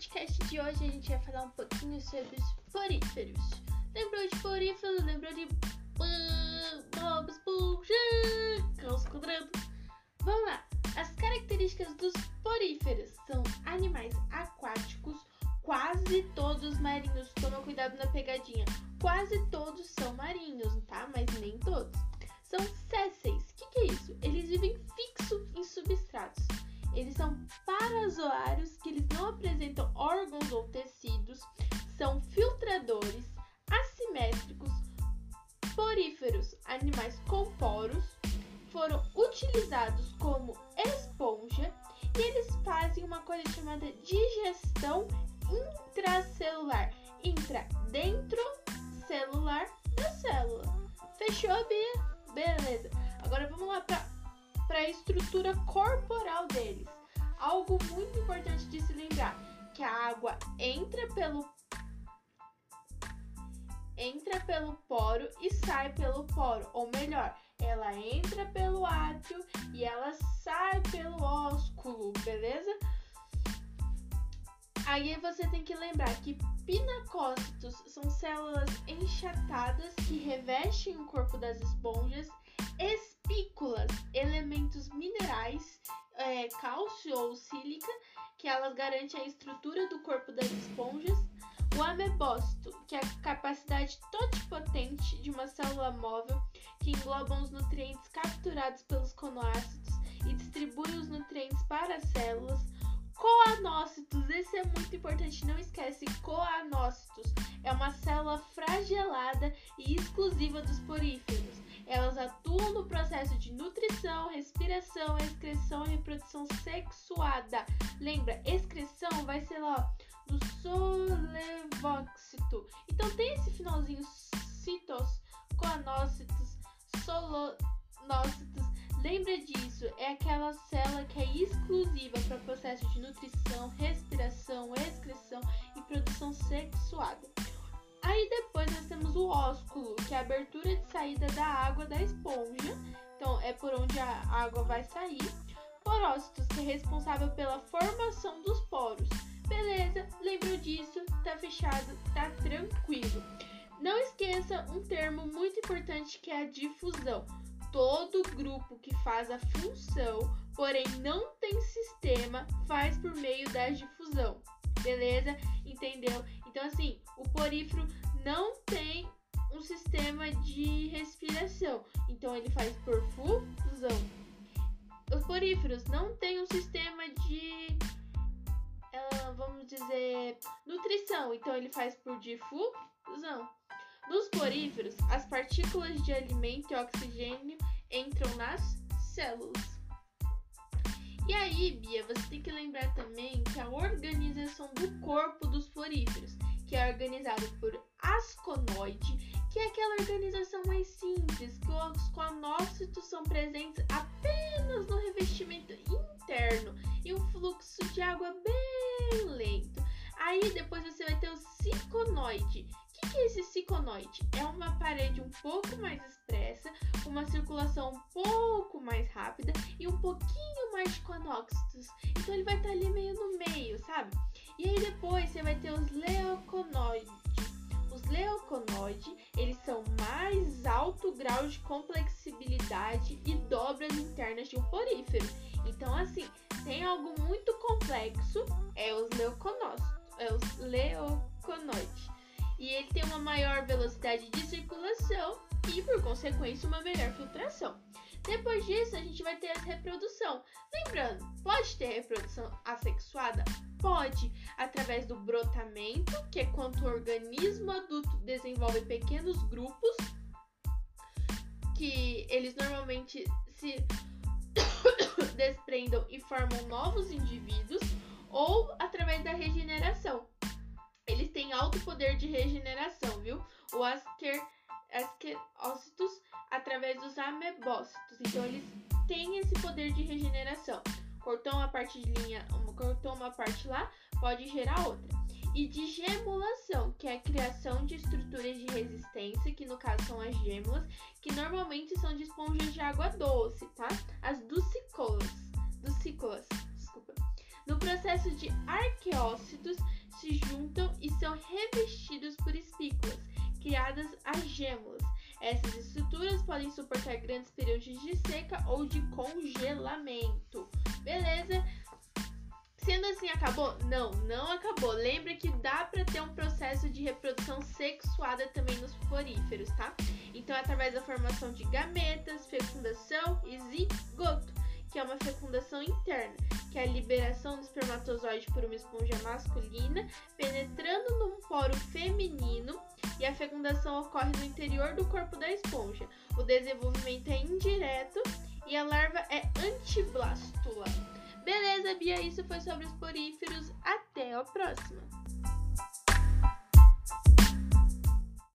podcast de hoje a gente vai falar um pouquinho sobre os poríferos. Lembrou de porífero? Lembrou de Bob Esponja? Caos Quadrado? Vamos lá! As características dos poríferos são animais aquáticos, quase todos marinhos. Toma cuidado na pegadinha. Quase todos são marinhos, tá? Mas nem todos. São sésseis. O que é isso? Eles vivem fixo em substratos. Eles são parazoários, que eles não apresentam órgãos ou tecidos, são filtradores, assimétricos, poríferos, animais com poros, foram utilizados como esponja e eles fazem uma coisa chamada digestão intracelular, dentro celular da célula. Fechou, Bia? Beleza. Agora vamos lá para a estrutura corporal deles. Algo muito importante de se lembrar, que a água entra pelo poro e sai pelo poro, ou melhor, ela entra pelo átrio e ela sai pelo ósculo, beleza? Aí você tem que lembrar que pinacócitos são células enxatadas que revestem o corpo das esponjas, espículas, elementos minerais, cálcio ou sílica, que elas garantem a estrutura do corpo das esponjas. O amebócito, que é a capacidade totipotente de uma célula móvel que engloba os nutrientes capturados pelos conoácitos e distribui os nutrientes para as células. Coanócitos, esse é muito importante, não esquece, coanócitos é uma célula flagelada e exclusiva dos poríferos. Elas atuam no processo de nutrição, respiração, excreção e reprodução sexuada. Lembra, excreção vai ser lá do solevócito. Então tem esse finalzinho citos, coanócitos, solonócitos. Lembra disso, é aquela célula que é exclusiva para o processo de nutrição, respiração, excreção e produção sexuada. Aí depois nós temos o ósculo, que é a abertura de saída da água da esponja. Então é por onde a água vai sair. Porócitos, que é responsável pela formação dos poros. Beleza, lembrou disso, tá fechado, tá tranquilo. Não esqueça um termo muito importante que é a difusão. Todo grupo que faz a função, porém não tem sistema, faz por meio da difusão. Beleza? Entendeu? Então, assim, o porífero não tem um sistema de respiração. Então, ele faz por fusão. Os poríferos não têm um sistema de, vamos dizer, nutrição. Então, ele faz por difusão. Nos poríferos, as partículas de alimento e oxigênio entram nas células. E aí, Bia, você tem que lembrar também que a organização do corpo dos poríferos, que é organizado por asconoide, que é aquela organização mais simples, que os conócitos são presentes apenas no revestimento interno e um fluxo de água bem lento. Aí depois você vai ter o ciconoide. O que é esse ciconoide? É uma parede um pouco mais expressa, com uma circulação um pouco mais rápida e um pouquinho mais de conócitos. Então ele vai estar ali meio no meio, sabe? E aí depois você vai ter os leuconoides. Os leuconoides, eles são mais alto grau de complexibilidade e dobras internas de um porífero. Então assim, tem algo muito complexo, é os leuconoides. E ele tem uma maior velocidade de circulação e, por consequência, uma melhor filtração. Depois disso, a gente vai ter a reprodução. Lembrando, pode ter reprodução assexuada? Pode, através do brotamento, que é quando o organismo adulto desenvolve pequenos grupos, que eles normalmente se desprendam e formam novos indivíduos, ou através da regeneração. Eles têm alto poder de regeneração, viu? O asquerócitos através dos amebócitos. Então, eles têm esse poder de regeneração. Cortou uma parte de linha, cortou uma parte lá, pode gerar outra. E de gemulação, que é a criação de estruturas de resistência, que no caso são as gêmulas, que normalmente são de esponjas de água doce, tá? As ducícolas, desculpa. No processo de arqueócitos, se juntam e são revestidos por espículas, criadas as gêmulas. Essas estruturas podem suportar grandes períodos de seca ou de congelamento. Beleza? Sendo assim, acabou? Não, não acabou. Lembra que dá para ter um processo de reprodução sexuada também nos poríferos, tá? Então, é através da formação de gametas, fecundação e zigoto, que é uma fecundação interna, que é a liberação do espermatozoide por uma esponja masculina, penetrando num poro feminino, e a fecundação ocorre no interior do corpo da esponja. O desenvolvimento é indireto e a larva é antiblástula. Beleza, Bia? Isso foi sobre os poríferos. Até a próxima!